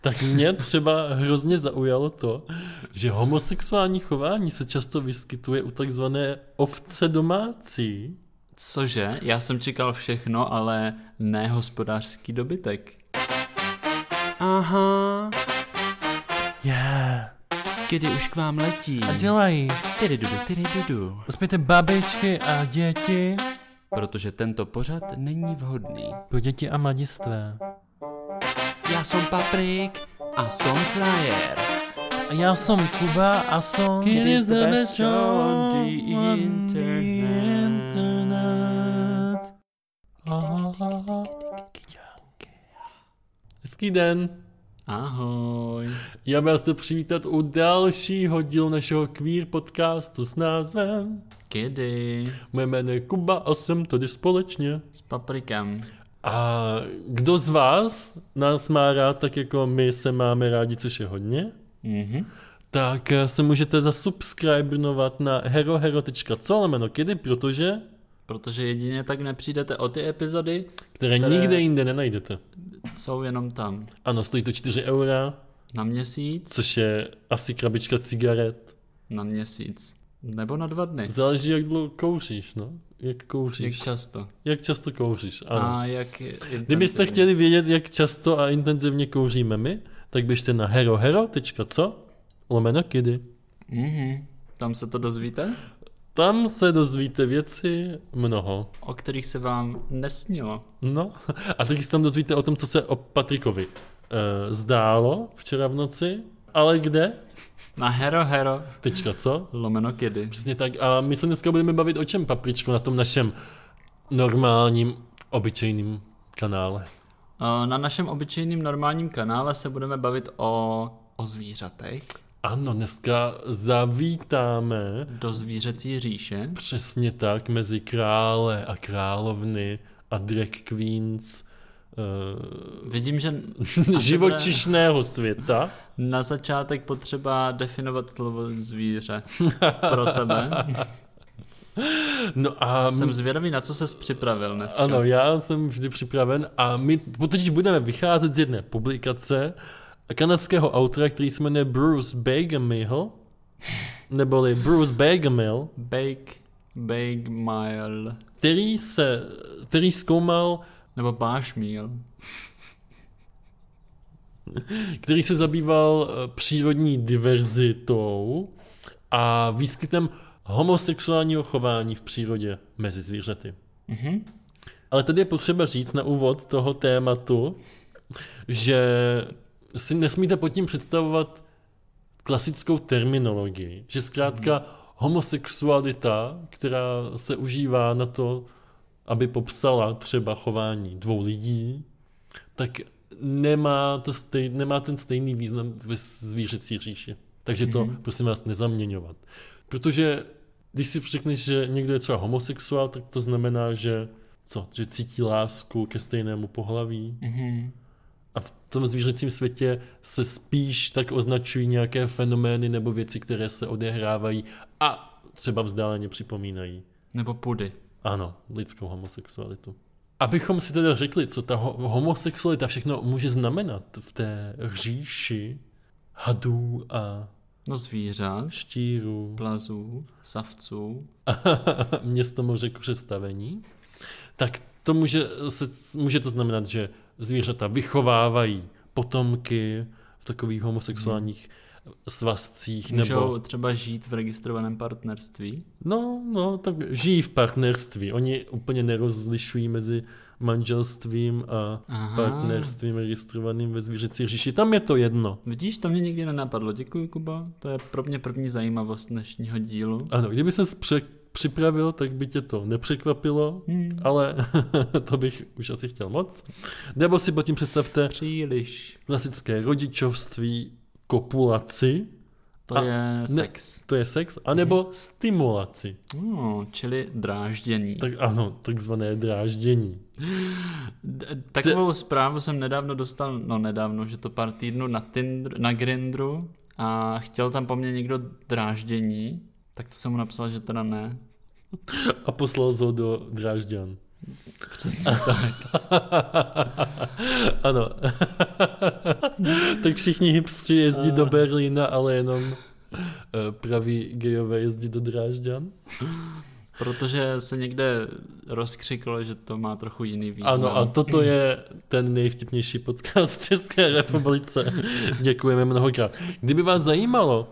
Tak mě třeba hrozně zaujalo to, že homosexuální chování se často vyskytuje u takzvané ovce domácí. Cože? Já jsem čekal všechno, ale ne hospodářský dobytek. Aha. Yeah. Kdy už k vám letí. A dělají. Tyrydudu. Uspějte babičky a děti. Protože tento pořad není vhodný. Pro děti a mladistvé. Já jsem Paprik a jsem Flyer. A já jsem Kuba a jsem... It is the best show on the internet. Hezký den. Ahoj. Já bych vás chtěl přivítat u dalšího dílu našeho queer podcastu s názvem Kdy? Moje jméno je Kuba a jsem tady společně. S Paprikem. A kdo z vás nás má rád tak jako my se máme rádi, což je hodně, tak se můžete zasubscribenovat na herohero.co/kedy, Protože jedině tak nepřijdete o ty epizody, které nikde jinde nenajdete. jsou jenom tam. Ano, stojí to 4 eura, Na měsíc? což je asi krabička cigaret. Na měsíc. Nebo na 2 dny. Záleží, jak dlouho kouříš, no. Jak kouříš. Jak často. Jak často kouříš, ano. A jak intenzivně. Kdybyste chtěli vědět, jak často a intenzivně kouříme my, tak běžte na herohero.co/kedy. Tam se to dozvíte? Tam se dozvíte věci mnoho. O kterých se vám nesnilo. No, a taky se tam dozvíte o tom, co se o Patrikovi zdálo včera v noci, ale kde? Na herohero. Co? Kedy. Přesně tak. A my se dneska budeme bavit o čem, Papričko, na tom našem normálním, obyčejným kanále. Na našem obyčejným normálním kanále se budeme bavit o zvířatech. Ano, dneska zavítáme Do zvířecí říše. přesně tak mezi krále a královny a drag queens Vidím, že živočišného světa. na začátek potřeba definovat slovo zvíře pro tebe. No a Jsem zvědavý, na co ses připravil dneska. ano, já jsem vždy připraven a my totiž budeme vycházet z jedné publikace kanadského autora, který se jmenuje Bruce Bagamill, neboli Bruce Bagamill, Bagmile. který zkoumal, Nebo Bášmíl. který se zabýval přírodní diverzitou a výskytem homosexuálního chování v přírodě mezi zvířaty. Ale tady je potřeba říct na úvod toho tématu, že si nesmíte pod tím představovat klasickou terminologii, že zkrátka homosexualita, která se užívá na to, aby popsala třeba chování 2 lidí, tak nemá ten stejný význam ve zvířecí říši. Takže to prosím vás nezaměňovat. Protože když si řekneš, že někdo je třeba homosexuál, tak to znamená, že že cítí lásku ke stejnému pohlaví. A v tom zvířecím světě se spíš tak označují nějaké fenomény nebo věci, které se odehrávají a třeba vzdáleně připomínají. Nebo pudy. Ano, lidskou homosexualitu. Abychom si teda řekli, co ta homosexualita všechno může znamenat v té říši hadů a zvířat, štírů, plazů, savců a město moře křestavení, tak to může to znamenat, že zvířata vychovávají potomky v takových homosexuálních svazcích. Můžou třeba žít v registrovaném partnerství? No, tak žijí v partnerství. Oni úplně nerozlišují mezi manželstvím a partnerstvím registrovaným ve zvířecí říši. Tam je to jedno. Vidíš, to mě nikdy nenapadlo. Děkuji, Kuba. To je pro mě první zajímavost dnešního dílu. Ano, kdyby ses připravil, tak by tě to nepřekvapilo, ale to bych už asi chtěl moc. Nebo si pod tím představte příliš klasické rodičovství, kopulaci. To je sex. To je sex, anebo stimulaci. Čili dráždění. Tak ano, takzvané dráždění. Takovou zprávu jsem nedávno dostal, že to pár týdnů na Grindru a chtěl tam po mně někdo dráždění, tak to jsem mu napsal, že teda ne. A poslal ho do Drážďan. Přesně tak. Ano. Tak všichni hipstři jezdí do Berlína, ale jenom praví gejové jezdí do Drážďan. Protože se někde rozkřiklo, že to má trochu jiný význam. Ano, a toto je ten nejvtipnější podcast v České republice. Děkujeme mnohokrát. Kdyby vás zajímalo,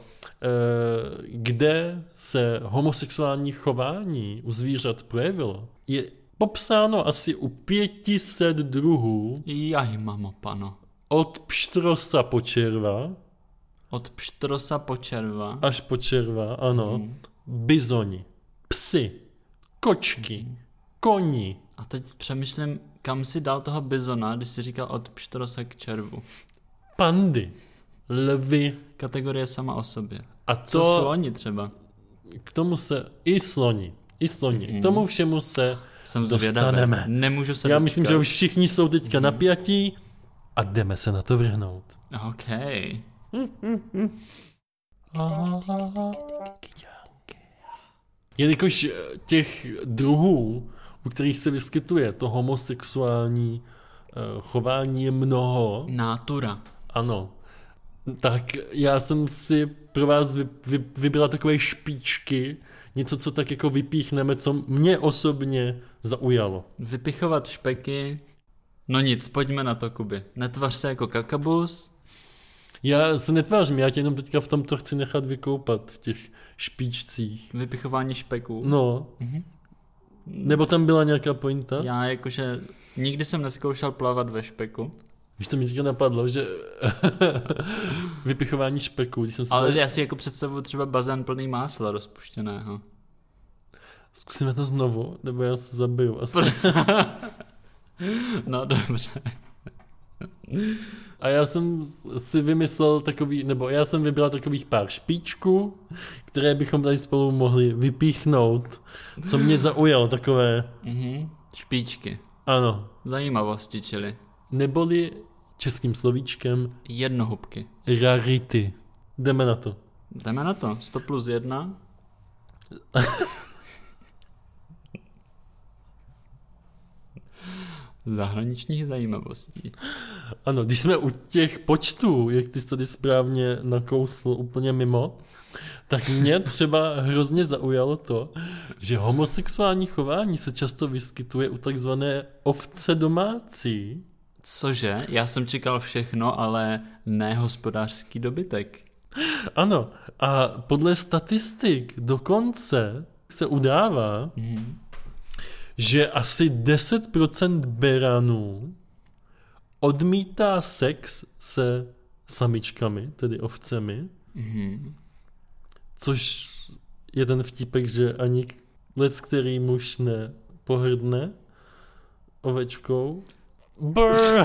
kde se homosexuální chování u zvířat projevilo, je popsáno asi u 500 druhů. Jaj, mamo, pano. Od pštrosa po červa. Od pštrosa po červa. Až po červa, ano. Bizoni, psy, kočky, koni. A teď přemýšlím, kam si dal toho bizona, když jsi říkal od pštrosa k červu. Pandy, lvy. Kategorie sama o sobě. A Co sloni třeba? K tomu se i sloni. K tomu všemu se Jsem dostaneme. Zvědavý. Nemůžu se Já myslím, že už všichni jsou teďka napjatí a jdeme se na to vrhnout. OK. Jelikož těch druhů, u kterých se vyskytuje to homosexuální chování je mnoho. Natura. Ano. Tak já jsem si pro vás vybral takové špičky, něco, co tak jako vypíchneme, co mě osobně zaujalo. Vypichovat špeky. No nic, pojďme na to, Kuby. Netvař se jako kakabus. Já se netvářím, já tě jenom teďka v tomto chci nechat vykoupat v těch špičcích. Vypichování špeků. No. Nebo tam byla nějaká pointa? Já jakože nikdy jsem neskoušel plavat ve špeku. Víš, co mi teďka napadlo, že vypichování špeku, když jsem si Ale já si jako představuji třeba bazén plný másla rozpuštěného. Zkusíme to znovu, nebo já se zabiju asi. No dobře. A já jsem si vymyslel takový, nebo já jsem vybral takových pár špičků, které bychom tady spolu mohli vypíchnout. Co mě zaujalo, takové... Špičky. Ano. Zajímavosti, čili. Neboli českým slovíčkem jednohubky. Rarity. Jdeme na to. Jdeme na to. 100+1. Zahraničních zajímavostí. Ano, když jsme u těch počtů, jak ty jsi tady správně nakousl úplně mimo, tak mě třeba hrozně zaujalo to, že homosexuální chování se často vyskytuje u takzvané ovce domácí. Cože? Já jsem čekal všechno, ale ne hospodářský dobytek. Ano, a podle statistik dokonce se udává, že asi 10% beranů odmítá sex se samičkami, tedy ovcemi, což je ten vtípek, že ani leckterý muž nepohrdne ovečkou. Brr.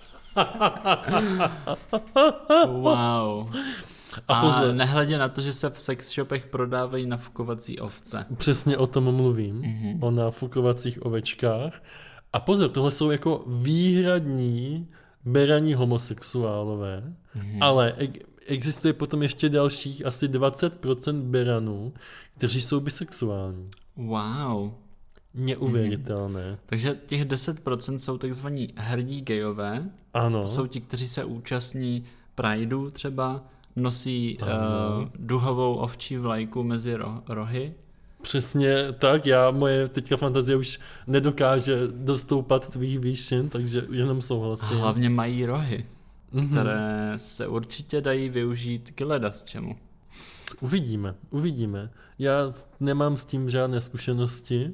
Wow. A nehledě na to, že se v sex shopech prodávají nafukovací ovce. Přesně o tom mluvím, o nafukovacích ovečkách. A pozor, tohle jsou jako výhradní beraní homosexuálové, ale existuje potom ještě dalších asi 20% beranů, kteří jsou bisexuální. Wow. Neuvěřitelné. Takže těch 10% jsou takzvaní hrdí gejové. Ano. To jsou ti, kteří se účastní prideu třeba, nosí duhovou ovčí vlajku mezi rohy. Přesně tak, moje teďka fantazie už nedokáže dostoupat tvých výšin, takže jenom souhlasím. A hlavně mají rohy, které se určitě dají využít k ledasčemu. Uvidíme. Já nemám s tím žádné zkušenosti.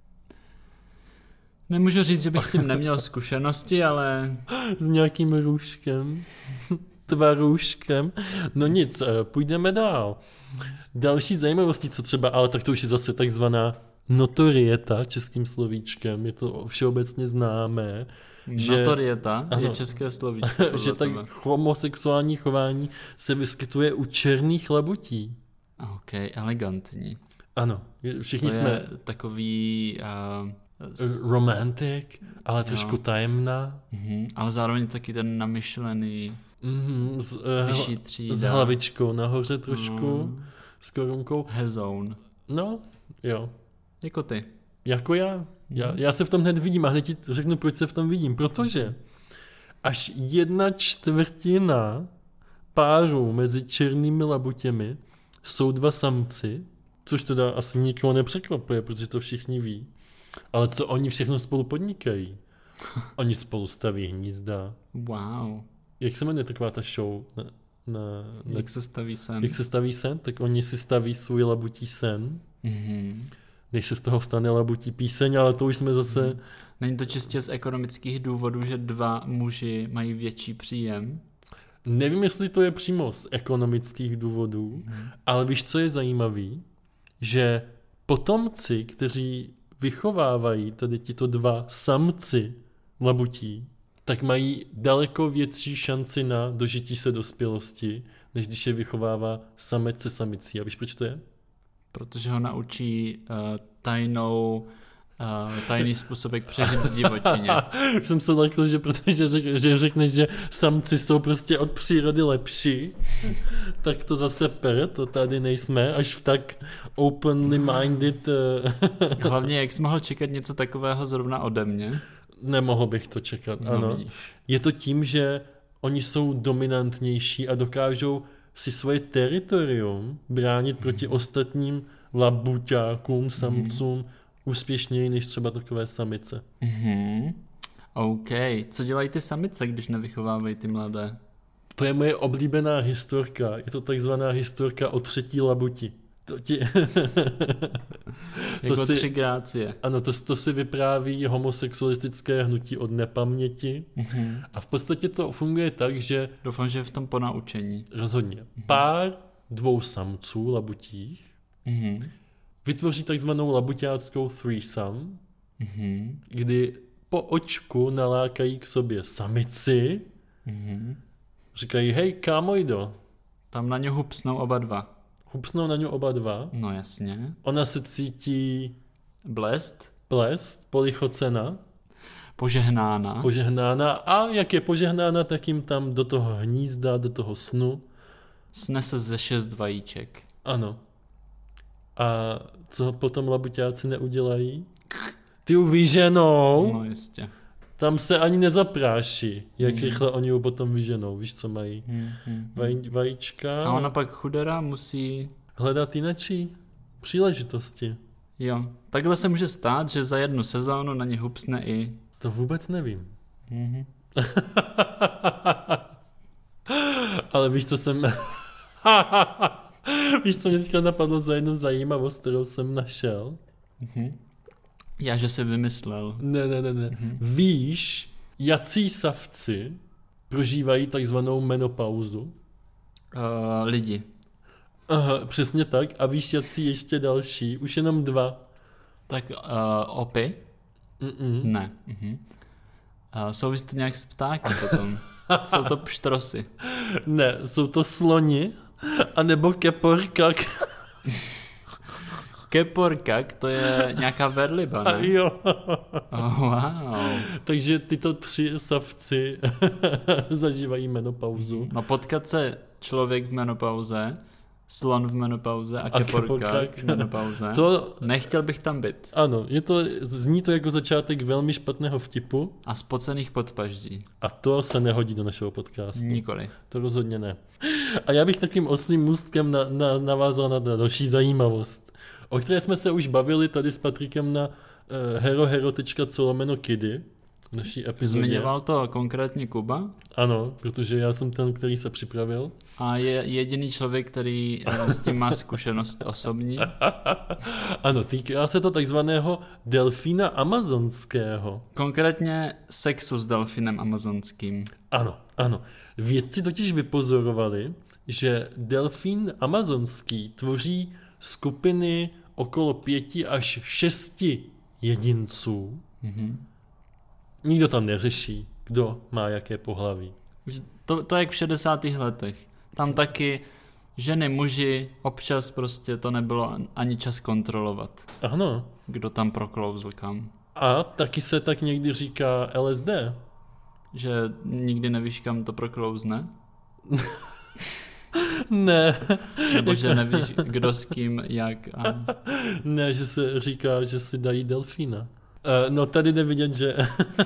Nemůžu říct, že bych s tím neměl zkušenosti, ale... S nějakým růžkem. Tvarůžkem. No nic, půjdeme dál. Další zajímavosti, co třeba, ale tak to už je zase takzvaná notorieta českým slovíčkem, je to všeobecně známé. Notorieta je české slovíčko. Že tak homosexuální chování se vyskytuje u černých labutí. Ok, elegantní. Ano, všichni to jsme... je takový... romantik, ale trošku tajemná. Ale zároveň taky ten namyšlený vyšší třída. S hlavičkou nahoře trošku, s korunkou. Hezoun. No, jo. Jako ty. Jako já se v tom hned vidím a hned ti řeknu, proč se v tom vidím. Protože až 1/4 párů mezi černými labutěmi jsou 2 samci, což teda asi nikoho nepřekvapuje, protože to všichni ví. Ale co oni všechno spolu podnikají? Oni spolu staví hnízda. Wow. Jak se jmenuje taková ta show? Jak se staví sen? Jak se staví sen? Tak oni si staví svůj labutí sen. Mm-hmm. Než se z toho stane labutí píseň, ale to už jsme zase... Není to čistě z ekonomických důvodů, že 2 muži mají větší příjem? Nevím, jestli to je přímo z ekonomických důvodů, ale víš, co je zajímavý? Že potomci, kteří vychovávají tady tito 2 samci labutí, tak mají daleko větší šanci na dožití se dospělosti, než když je vychovává samec se samicí. A víš, proč to je? Protože ho naučí tajný způsob, jak přežít v divočině. Už jsem se lekl, že protože že řekneš, že samci jsou prostě od přírody lepší, tak to zase to tady nejsme, až v tak openly minded... Hlavně, jak jsi mohl čekat něco takového zrovna ode mě? Nemohl bych to čekat, no, ano. Vidíš. Je to tím, že oni jsou dominantnější a dokážou si svoje teritorium bránit proti ostatním labuťákům, samcům úspěšněji než třeba takové samice. OK. Co dělají ty samice, když nevychovávají ty mladé? To je moje oblíbená historka. Je to takzvaná historka o 3. labuti. Jako 3 grácie. Ano, to si vypráví homosexualistické hnutí od nepaměti. A v podstatě to funguje tak, že... Doufám, že je v tom ponaučení. Rozhodně. Pár 2 samců labutích vytvoří takzvanou labuťáckou threesome, kdy po očku nalákají k sobě samici, říkají, hej, kámojdo. Tam na ně hupsnou oba 2. Hupsnou na ně oba 2. No jasně. Ona se cítí... Blest, polichocena. Požehnána. A jak je požehnána, tak jim tam do toho hnízda, do toho snu snese ze 6 vajíček. Ano. A co potom labuťáci neudělají? Ty ju vyženou. No jistě. Tam se ani nezapráší, jak rychle oni ju potom vyženou. Víš, co mají? Vajíčka. A ona pak chudera musí... hledat jinačí příležitosti. Jo. Takhle se může stát, že za 1 sezónu na ně hupsne i... To vůbec nevím. Ale víš, co jsem... Víš, co mě teďka napadlo za jednu zajímavost, kterou jsem našel? Já, že jsi vymyslel. Ne. Víš, jací savci prožívají takzvanou menopauzu? Lidi. Aha, přesně tak. A víš, jací ještě další? Už jenom 2. Tak opy? Ne. Souvisí to nějak s ptáky potom. Jsou to pštrosy. Ne, jsou to sloni, anebo keporkak. Keporkak, to je nějaká verliba, ne? A jo. Oh, wow. Takže tyto 3 savci zažívají menopauzu. No potkat se člověk v menopauze, slon v menopauze a keporkak v menopauze. Nechtěl bych tam být. Ano, zní to jako začátek velmi špatného vtipu. A spocených podpaždí. A to se nehodí do našeho podcastu. Nikoli. To rozhodně ne. A já bych takým oslým můstkem navázal na další zajímavost, o které jsme se už bavili tady s Patrikem na herohero.co/kidy v naší epizodě. Zmiňoval to konkrétně Kuba? Ano, protože já jsem ten, který se připravil. A je jediný člověk, který s tím má zkušenost osobní? Ano, týká se to takzvaného delfína amazonského. Konkrétně sexu s delfínem amazonským. Ano. Vědci totiž vypozorovali, že delfín amazonský tvoří skupiny okolo 5 až 6 jedinců. Nikdo tam neřeší, kdo má jaké pohlaví. To je jak v 60. letech. Tam taky ženy, muži, občas prostě to nebylo ani čas kontrolovat. Ano. Kdo tam proklouzl kam. A taky se tak někdy říká LSD. Že nikdy nevíš, kam to proklouzne? Ne. Nebo že nevíš, kdo s kým, jak a... Ne, že se říká, že si dají delfína. No tady nevidět, že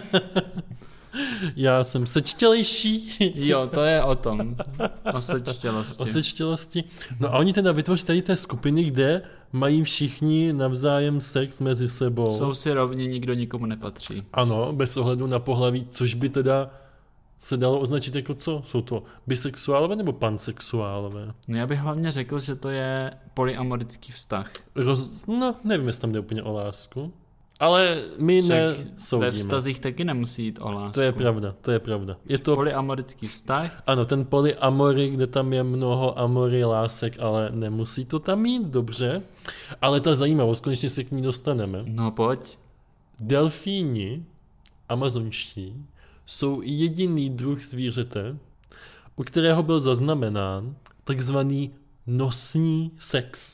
já jsem sečtělejší. Jo, to je o tom. O sečtělosti. O sečtělosti. No a oni teda vytvoří tady té skupiny, kde mají všichni navzájem sex mezi sebou. Jsou si rovni, nikdo nikomu nepatří. Ano, bez ohledu na pohlaví, což by teda se dalo označit jako co? Jsou to bisexuálové nebo pansexuálové? No já bych hlavně řekl, že to je polyamorický vztah. No, nevím, jestli tam jde úplně o lásku. Ale my nesoudíme. Ve vztazích taky nemusí jít o lásku. To je pravda. Je to polyamorický vztah. Ano, ten polyamory, kde tam je mnoho amory, lásek, ale nemusí to tam mít, dobře. Ale ta zajímavost, konečně se k ní dostaneme. No pojď. Delfíni, amazonští, jsou jediný druh zvířete, u kterého byl zaznamenán takzvaný nosní sex.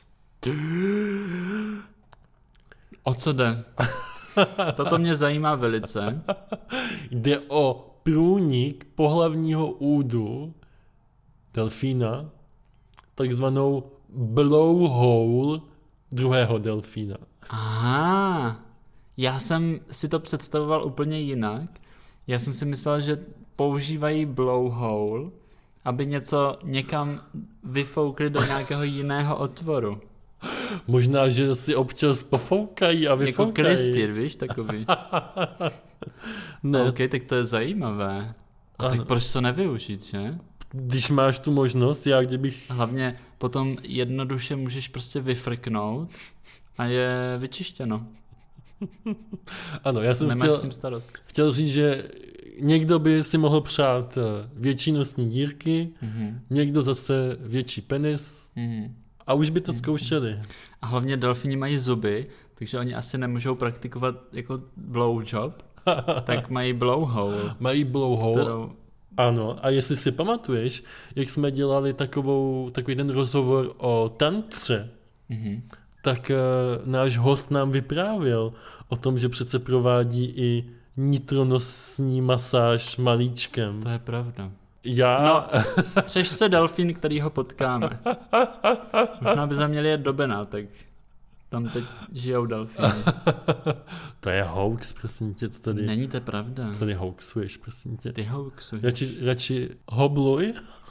O co jde? Toto mě zajímá velice. Jde o průnik pohlavního údu delfína, takzvanou blowhole druhého delfína. Aha, já jsem si to představoval úplně jinak. Já jsem si myslel, že používají blowhole, aby něco někam vyfoukli do nějakého jiného otvoru. Možná, že si občas pofoukají a vyfoukají. Jako klystýr, víš, takový. Ne. OK, tak to je zajímavé. A tak proč to nevyužít, že? Když máš tu možnost, já kdybych... Hlavně potom jednoduše můžeš prostě vyfrknout a je vyčištěno. Ano, já jsem Nemáš s tím starost. chtěl říct, že někdo by si mohl přát větší nosní dírky, někdo zase větší penis a už by to zkoušeli. A hlavně delfíni mají zuby, takže oni asi nemůžou praktikovat jako blowjob, tak mají blowhole. Mají blowhole. Kterou... Ano, a jestli si pamatuješ, jak jsme dělali takový ten rozhovor o tantře, tak náš host nám vyprávěl o tom, že přece provádí i nitronosní masáž malíčkem. To je pravda. No, střež se delfín, který ho potkáme. Možná by za měli jet do Benátek. Tam teď žijou delfíny. To je hoax, prosím tě, co tady... Není to pravda. Co tady hoaxuješ, prosím tě. Ty hoaxuješ. Radši hobluj.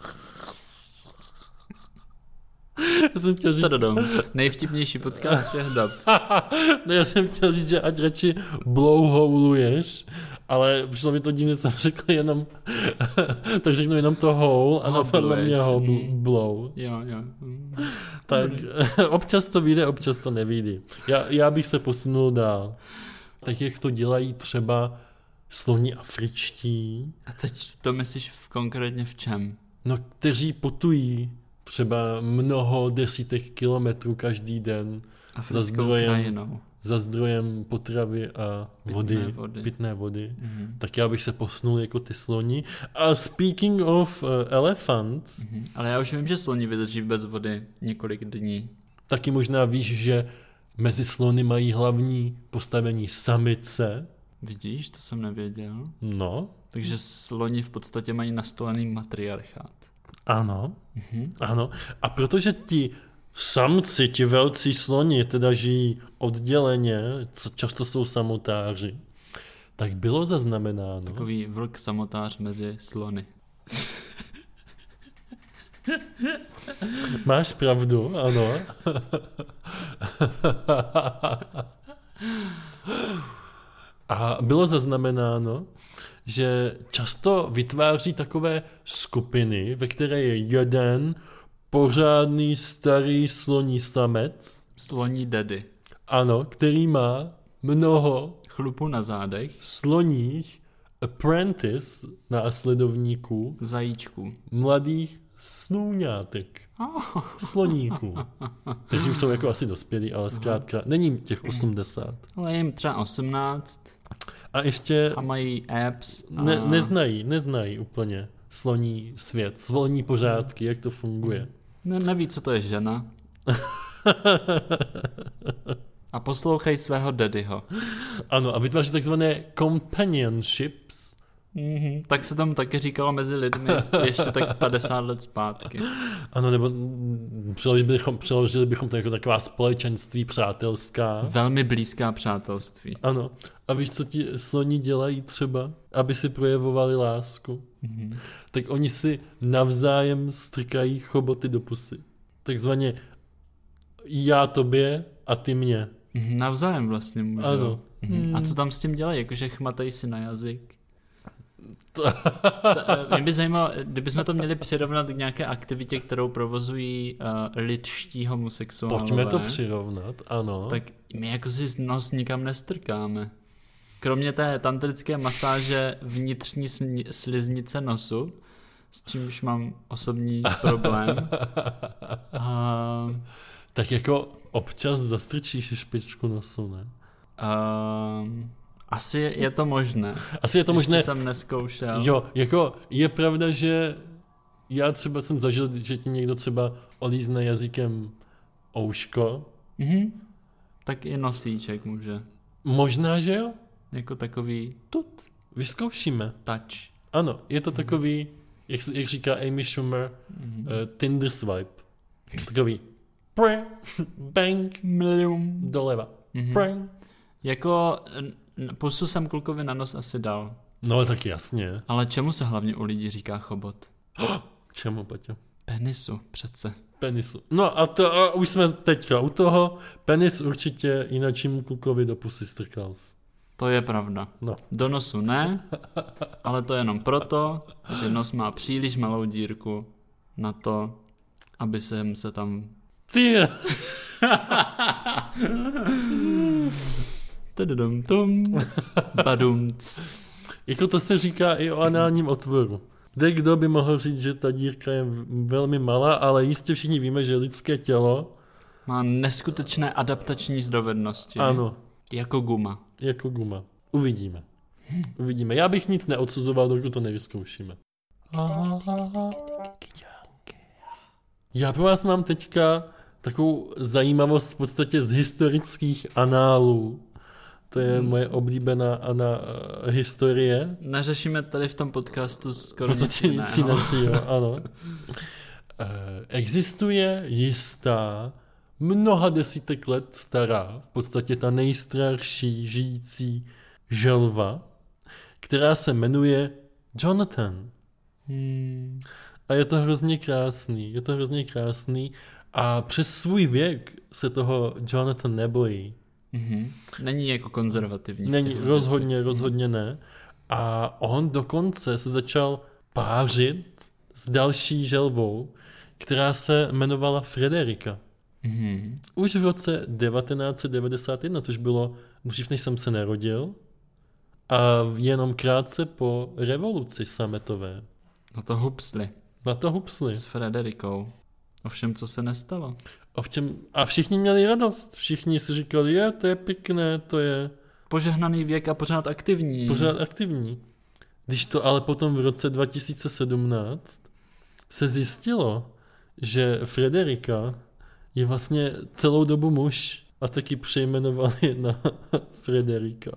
Já jsem chtěl říct... Nejvtipnější podcast všech dob. Ne, já jsem chtěl říct, že ať radši blowholuješ, ale přišlo mi to divně, jsem řekl jenom... tak řeknu jenom to hole a napadlo mě blow. Jo. Tak občas to vyjde, občas to nevyjde. Já bych se posunul dál. Tak jak to dělají třeba sloni afričtí. A teď to myslíš konkrétně v čem? No, kteří putují třeba mnoho desítek kilometrů každý den za zdrojem potravy a pitné vody. Tak já bych se posunul jako ty sloni. A speaking of elephants... Ale já už vím, že sloni vydrží bez vody několik dní. Taky možná víš, že mezi slony mají hlavní postavení samice. Vidíš, to jsem nevěděl. No. Takže sloni v podstatě mají nastolený matriarchát. Ano, ano. A protože ti samci, ti velcí sloni, teda žijí odděleně, často jsou samotáři, tak bylo zaznamenáno. Takový vlk samotář mezi slony. Máš pravdu, ano. A bylo zaznamenáno, že často vytváří takové skupiny, ve které je jeden pořádný starý sloní samec. Sloní daddy. Ano, který má mnoho chlupů na zádech. Sloních apprentice, následovníků. Zajíčků. Mladých snůňátek. Sloníků. Kteří už jsou jako asi dospělí, ale zkrátka není těch 80. Ale jim třeba 18. A ještě... A mají apps. A... Neznají úplně sloní svět, sloní pořádky, jak to funguje. Neví, co to je žena. A poslouchej svého daddyho. Ano, a vytváří takzvané companionships Tak se tam taky říkalo mezi lidmi ještě tak 50 let zpátky. Ano, nebo přeložili bychom to jako taková společenství přátelská. Velmi blízká přátelství. Ano. A víš, co ti sloni dělají třeba, aby si projevovali lásku? Tak oni si navzájem strkají choboty do pusy. Takzvaně já tobě a ty mě. Navzájem vlastně můžou. Ano. A co tam s tím dělají? Jakože chmatají si na jazyk? Mě by zajímalo, kdybychom to měli přirovnat k nějaké aktivitě, kterou provozují lidští homosexuálové. Pojďme to přirovnat, ano. Tak my jako si nos nikam nestrkáme. Kromě té tantrické masáže vnitřní sliznice nosu, s čímž mám osobní problém. Tak jako občas zastrčíš špičku nosu, ne? Asi je to možné. Asi je to možné. Ještě jsem neskoušel. Jo, jako je pravda, že já třeba jsem zažil, že ti někdo třeba olízne jazykem ouško. Tak i nosíček může. Možná, že jo? Jako takový tut. Vyzkoušíme. Touch. Ano, je to takový, jak říká Amy Schumer, Tinder swipe. Takový bang, doleva. Jako pusu jsem klukovi na nos asi dal. No tak jasně. Ale čemu se hlavně u lidí říká chobot? Čemu, Paťo? Penisu, přece. Penisu. No a už jsme teďka u toho. Penis určitě jináčímu klukovi do pusy strkal. To je pravda. No. Do nosu ne, ale to jenom proto, že nos má příliš malou dírku na to, aby jsem se tam... Ty! Jako to se říká i o análním otvoru. Kdo by mohl říct, že ta dírka je velmi malá, ale jistě všichni víme, že lidské tělo má neskutečné adaptační dovednosti. Ano. Jako guma. Jako guma. Uvidíme. Uvidíme. Já bych nic neodsuzoval, dokud to nevyzkoušíme. Já pro vás mám teďka takovou zajímavost v podstatě z historických análů. To je moje oblíbená historie. Neřešíme tady v tom podcastu skoro nic jiného. Ano. Existuje jistá, mnoha desítek let stará, v podstatě ta nejstarší žijící želva, která se jmenuje Jonathan. A je to hrozně krásný. A přes svůj věk se toho Jonathan nebojí. Není jako konzervativní. Není, rozhodně ne. A on dokonce se začal pářit s další želvou, která se jmenovala Frederika. Už v roce 1991, což bylo dřív, než jsem se narodil, a jenom krátce po revoluci sametové. Na to hupsli. S Frederikou. Ovšem, co se nestalo? A všichni měli radost. Všichni si říkali, to je pěkné, to je... Požehnaný věk a pořád aktivní. Když to ale potom v roce 2017 se zjistilo, že Frederika je vlastně celou dobu muž a taky přejmenovali na Frederika.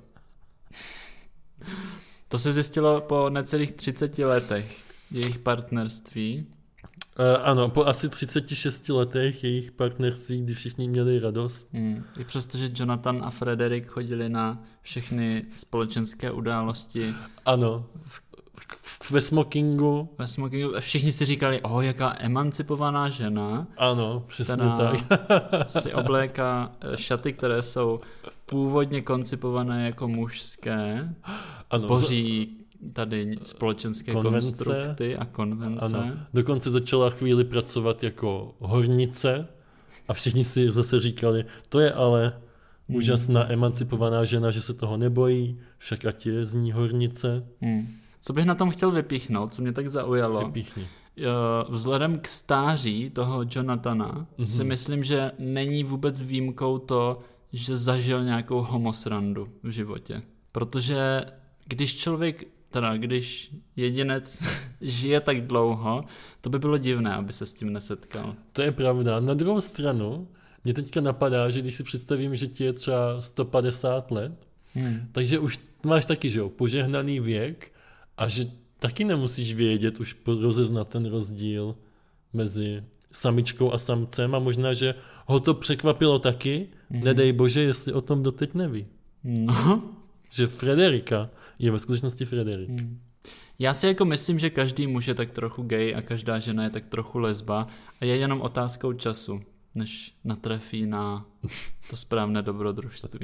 To se zjistilo po necelých 30 letech jejich partnerství. Ano, po asi 36 letech jejich partnerství, kdy všichni měli radost. I přestože Jonathan a Frederick chodili na všechny společenské události. Ano, ve smokingu. Všichni si říkali, jaká emancipovaná žena. Ano, přesně tak. Si obléká šaty, které jsou původně koncipované jako mužské. Ano, boří tady společenské konstrukty a konvence. Ano. Dokonce začala chvíli pracovat jako hornice a všichni si zase říkali, to je ale úžasná emancipovaná žena, že se toho nebojí, však ať je z ní hornice. Co bych na tom chtěl vypíchnout, co mě tak zaujalo, Vypíchni. Vzhledem k stáří toho Jonathana si myslím, že není vůbec výjimkou to, že zažil nějakou homosrandu v životě. Protože když jedinec žije tak dlouho, to by bylo divné, aby se s tím nesetkal. To je pravda. Na druhou stranu, mě teďka napadá, že když si představím, že ti je třeba 150 let, takže už máš taky, že jo, požehnaný věk A že taky nemusíš vědět, už rozeznat ten rozdíl mezi samičkou a samcem a možná, že ho to překvapilo taky, nedej bože, jestli o tom doteď neví. Že Frederika je ve skutečnosti Frederik. Já si jako myslím, že každý muž je tak trochu gay a každá žena je tak trochu lesba a je jenom otázkou času, než natrefí na to správné dobrodružství.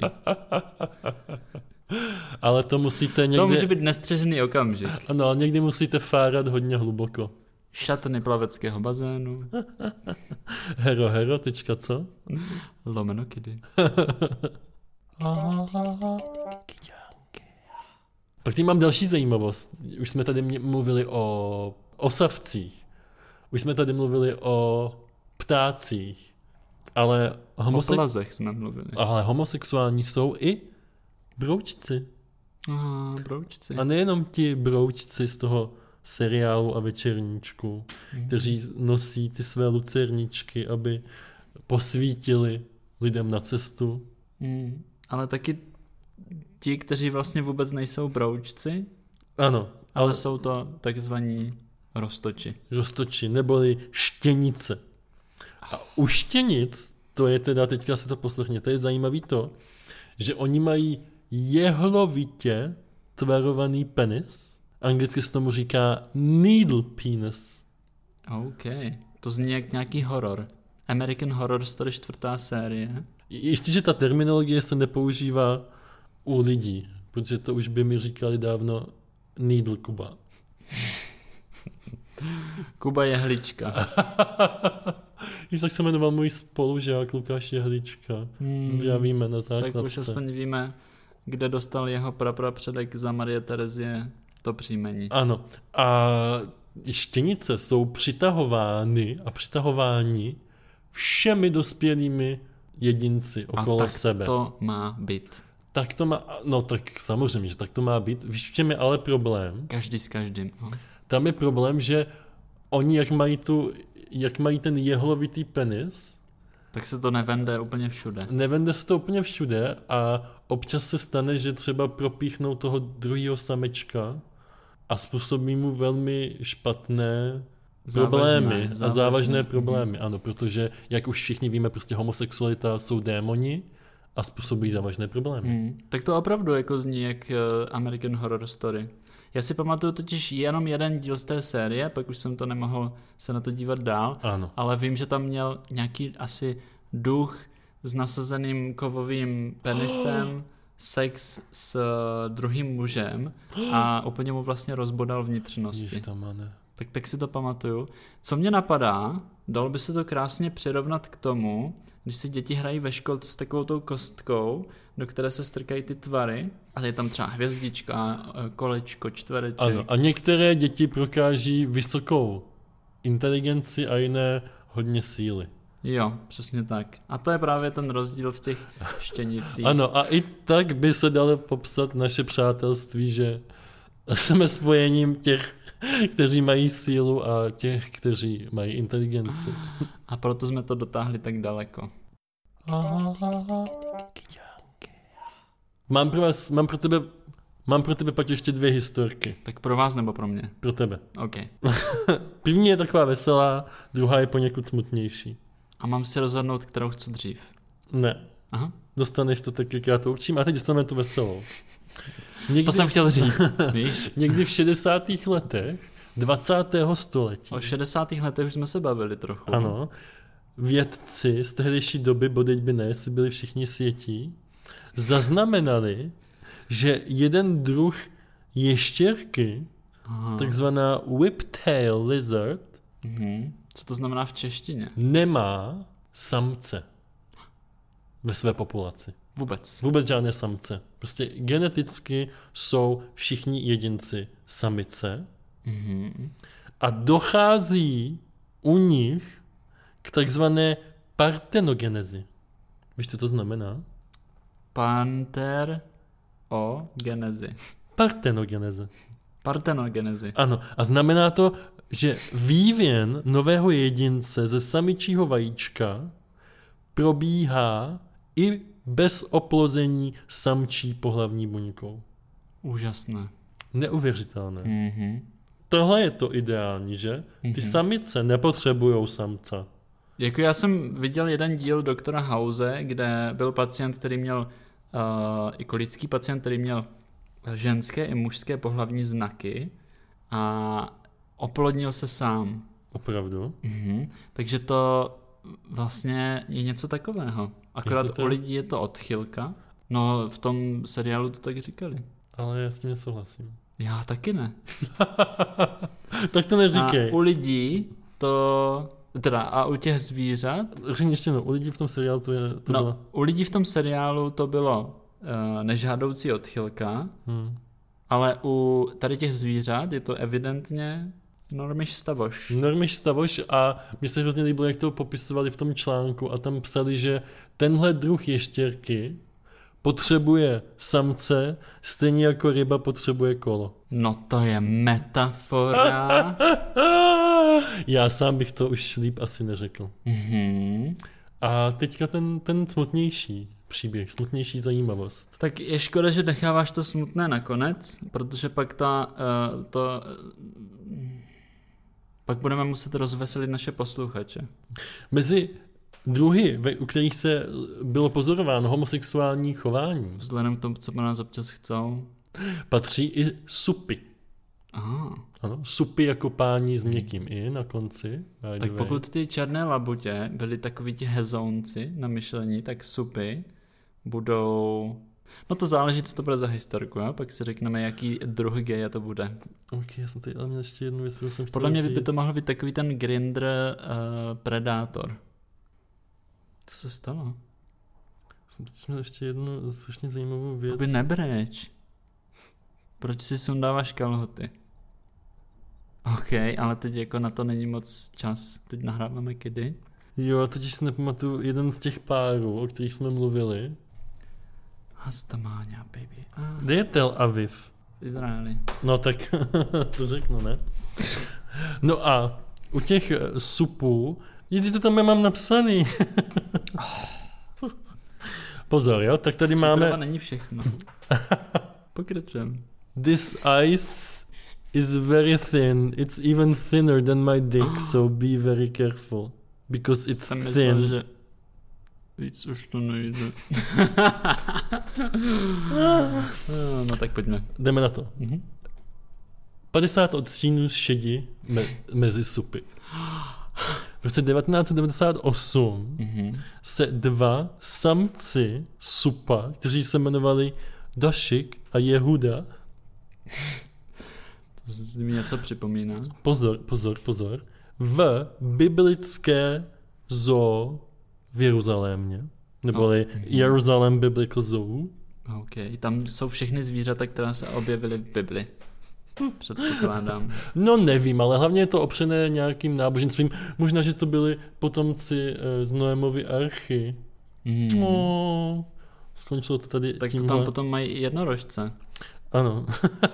Ale to musíte někdy... To může být nestřežený okamžik. Ano, ale někdy musíte fárat hodně hluboko. Šatny plaveckého bazénu. Hero, tečka co? Lomeno kidy. Pak tady mám další zajímavost. Už jsme tady mluvili o savcích. Už jsme tady mluvili o ptácích. Ale o plazech jsme mluvili. Ale homosexuální jsou i broučci. Aha, broučci. A nejenom ti broučci z toho seriálu a večerníčku, kteří nosí ty své lucerničky, aby posvítili lidem na cestu. Ale taky ti, kteří vlastně vůbec nejsou broučci, ano, ale jsou to takzvaní roztoči. Roztoči, neboli štěnice. A u štěnic, to je teda, teďka si to poslechněte, je zajímavý to, že oni mají jehlovitě tvarovaný penis. Anglicky se tomu říká needle penis. OK, to zní jak nějaký horor. American Horror Story 4. série. Ještě, že ta terminologie se nepoužívá u lidí, protože to už by mi říkali dávno needle Kuba. Kuba Jehlička. Když tak se jmenoval můj spolužák Lukáš Jehlička. Zdravíme na základce. Tak už aspoň víme, kde dostal jeho praprapředek za Marie Terezie to příjmení. Ano. A štěnice jsou přitahováni všemi dospělými jedinci okolo sebe. A tak to má být. Tak to má, no tak samozřejmě, že tak to má být. Víš, v čem je ale problém? Každý s každým. No. Tam je problém, že oni, jak mají ten jehlovitý penis, tak se to nevende úplně všude. Nevende se to úplně všude a občas se stane, že třeba propíchnou toho druhého samečka a způsobí mu velmi špatné problémy a závažné problémy. Ano, protože, jak už všichni víme, prostě homosexualita jsou démoni a způsobí závažné problémy. Tak to opravdu jako zní jak American Horror Story. Já si pamatuju totiž jenom jeden díl z té série, pak už jsem to nemohl se na to dívat dál, ano. Ale vím, že tam měl nějaký asi duch s nasazeným kovovým penisem, sex s druhým mužem a úplně mu vlastně rozbodal vnitřnosti. Tak si to pamatuju. Co mě napadá, dalo by se to krásně přirovnat k tomu, když si děti hrají ve školce s takovou tou kostkou, do které se strkají ty tvary a je tam třeba hvězdička, kolečko, čtvereček. Ano, a některé děti prokáží vysokou inteligenci a jiné hodně síly. Jo, přesně tak. A to je právě ten rozdíl v těch štěnicích. Ano, a i tak by se dalo popsat naše přátelství, že jsme spojením těch, kteří mají sílu a těch, kteří mají inteligenci. A proto jsme to dotáhli tak daleko. Mám pro tebe, Paťo, ještě 2 historky. Tak pro vás nebo pro mě? Pro tebe. OK. První je taková veselá, druhá je poněkud smutnější. A mám si rozhodnout, kterou chci dřív? Ne. Aha. Dostaneš to tak, jak já to určím, a teď dostaneme tu veselou. To jsem chtěl říct, víš? Někdy v 60. letech 20. století. O 60. letech už jsme se bavili trochu. Ano. Vědci z tehdejší doby, bodeď by ne, jestli byli všichni světí, zaznamenali, že jeden druh ještěrky, takzvaná whiptail lizard, co to znamená v češtině? Nemá samce ve své populaci. Vůbec žádné samce. Prostě geneticky jsou všichni jedinci samice a dochází u nich k takzvané partenogenezi. Víš, co to znamená? Partenogenezi. Ano, a znamená to, že vývin nového jedince ze samičího vajíčka probíhá i bez oplození samčí pohlavní buňkou. Úžasné. Neuvěřitelné. Mm-hmm. Tohle je to ideální, že? Ty samice nepotřebujou samce. Jako já jsem viděl jeden díl doktora House, kde byl pacient, který měl, jako lidský pacient, který měl ženské i mužské pohlavní znaky a oplodnil se sám. Opravdu? Takže to vlastně je něco takového. Akorát u lidí je to odchylka. No v tom seriálu to tak říkali. Ale já s tím nesouhlasím. Já taky ne. Tak to neříkej. A u lidí to... a u těch zvířat... Řekni ještě u lidí v tom seriálu to bylo... U lidí v tom seriálu to bylo nežádoucí odchylka, ale u tady těch zvířat je to evidentně Normiš Stavoš. Normiš Stavoš a mně se hrozně líbilo, jak to popisovali v tom článku a tam psali, že tenhle druh ještěrky potřebuje samce, stejně jako ryba potřebuje kolo. No to je metafora. Já sám bych to už líp asi neřekl. A teďka ten smutnější příběh, smutnější zajímavost. Tak je škoda, že necháváš to smutné nakonec, protože pak pak budeme muset rozveselit naše posluchače. Mezi druhy, u kterých se bylo pozorováno homosexuální chování, vzhledem k tomu, co po nás občas chcou, patří i supy. Aha. Ano, supy jako pání s měkkým i na konci. Tak pokud ty černé labutě byly takoví ti hezounci na myšlení, tak supy budou... No to záleží, co to bude za historku, a pak si řekneme, jaký druh geja to bude. Ok, já jsem tady ale měl ještě jednu věc, kterou jsem chtěl Podle mě říct. by to mohl být takový ten Grindr predátor. Co se stalo? Jsem teď měl ještě jednu strašně zajímavou věc. To by nebreč. Proč si sundáváš kalhoty? Ok, ale teď jako na to není moc čas. Teď nahráváme kdy? Jo, totiž si nepamatuju jeden z těch párů, o kterých jsme mluvili. Hastamáňa, baby. Kde je Tel Aviv? V Izraeli. No tak to řeknu, ne? No a u těch supů, jdi to tam mám napsaný. Pozor, jo, tak tady máme... není všechno. Pokračujeme. This ice is very thin. It's even thinner than my dick, so be very careful. Because it's jsem thin. myslel, že víc už to nejde. No tak pojďme. Jdeme na to. 50 odstínů šedi mezi supy. V roce 1998 se dva samci supa, kteří se jmenovali Dašik a Jehuda. To si mi něco připomíná. Pozor. V biblické zoo v Jeruzalémě. Neboli Jerusalem Biblical Zoo. Ok, tam jsou všechny zvířata, která se objevily v Bibli. Předpokládám. No nevím, ale hlavně je to opřené nějakým náboženstvím. Možná, že to byli potomci z Noémovy archy. No, skončilo to tady tak tímhle. to tam potom mají jednorožce. Ano.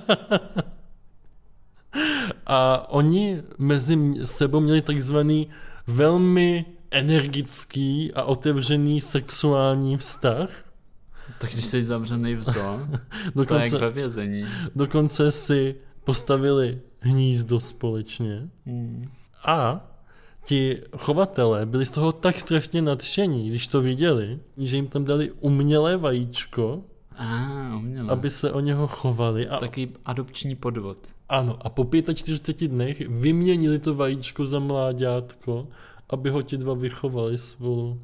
A oni mezi sebou měli takzvaný velmi energický a otevřený sexuální vztah. Tak když jsi zavřený v zoo, to je jak ve vězení. Dokonce si postavili hnízdo společně. A ti chovatelé byli z toho tak strašně nadšení, když to viděli, že jim tam dali umělé vajíčko, umělé. aby se o něho chovali. Takový adopční podvod. Ano, a po 45 dnech vyměnili to vajíčko za mláďátko, aby ho ti dva vychovali spolu.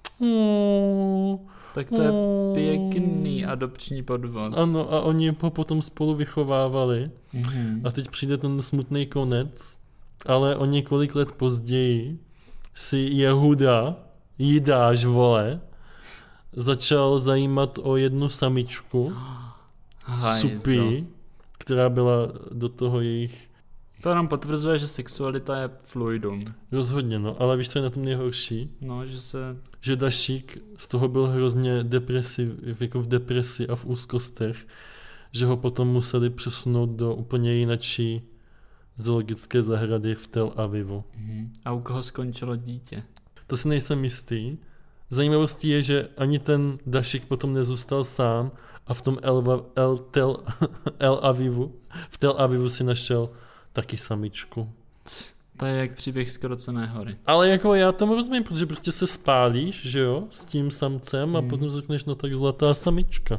Tak to je pěkný adopční podvod. Ano, a oni ho potom spolu vychovávali. A teď přijde ten smutný konec, ale o několik let později si Jehuda, Jidáš vole, začal zajímat o jednu samičku, supy, která byla do toho jejich... To nám potvrzuje, že sexualita je fluidum. Rozhodně, no, ale víš, co je na tom nejhorší? No, že Dašík z toho byl hrozně jako v depresi a v úzkostech, že ho potom museli přesunout do úplně jinačí zoologické zahrady v Tel Avivu. A u koho skončilo dítě? To si nejsem jistý. zajímavostí je, že ani ten Dašik potom nezůstal sám a v tom v Tel Avivu si našel taky samičku. To je jak příběh Zkrocené hory. Ale jako já tomu rozumím, protože prostě se spálíš, že jo, s tím samcem a potom řekneš, no tak zlatá samička.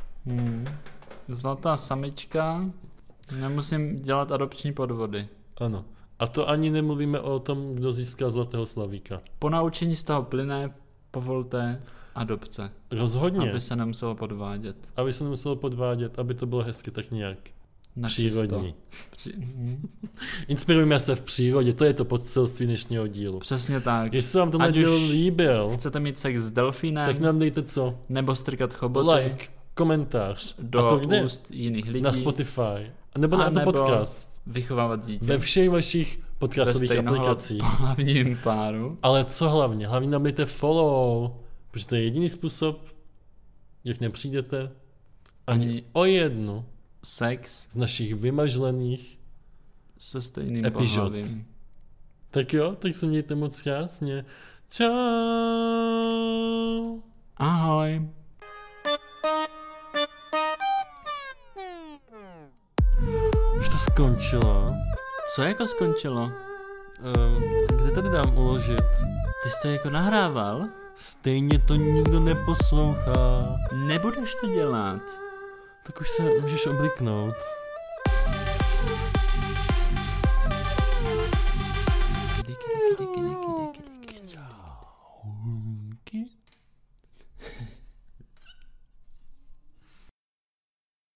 Zlatá samička, nemusím dělat adopční podvody. Ano. A to ani nemluvíme o tom, kdo získá zlatého slavíka. Po naučení z toho plyne, povolte adopce. Rozhodně. Aby se nemuselo podvádět. Aby to bylo hezky tak nějak Na přírodní. Inspirujme se v přírodě, to je to podselství dnešního dílu. Přesně tak. Jestli se vám tohle díl líbil, chcete mít sex s delfínem, tak nám dejte co? Nebo strkat choboty. Like, komentář. Do a to kde? úst jiných lidí. Na Spotify. Nebo na podcast. Vychovávat dítě. Ve všech vašich podcastových aplikacích. Hlavním páru. Ale co hlavně? Hlavně nám dejte follow, protože to je jediný způsob, jak nepřijdete ani o jednu sex z našich vymažlených se stejným epizod. pohlavím. Tak jo, tak se mějte moc krásně. Čau. Ahoj. Už to skončilo. Co jako skončilo? Kde tady dám uložit? Ty jsi to jako nahrával? Stejně to nikdo neposlouchá. Nebudeš to dělat. Tak už se můžeš obliknout.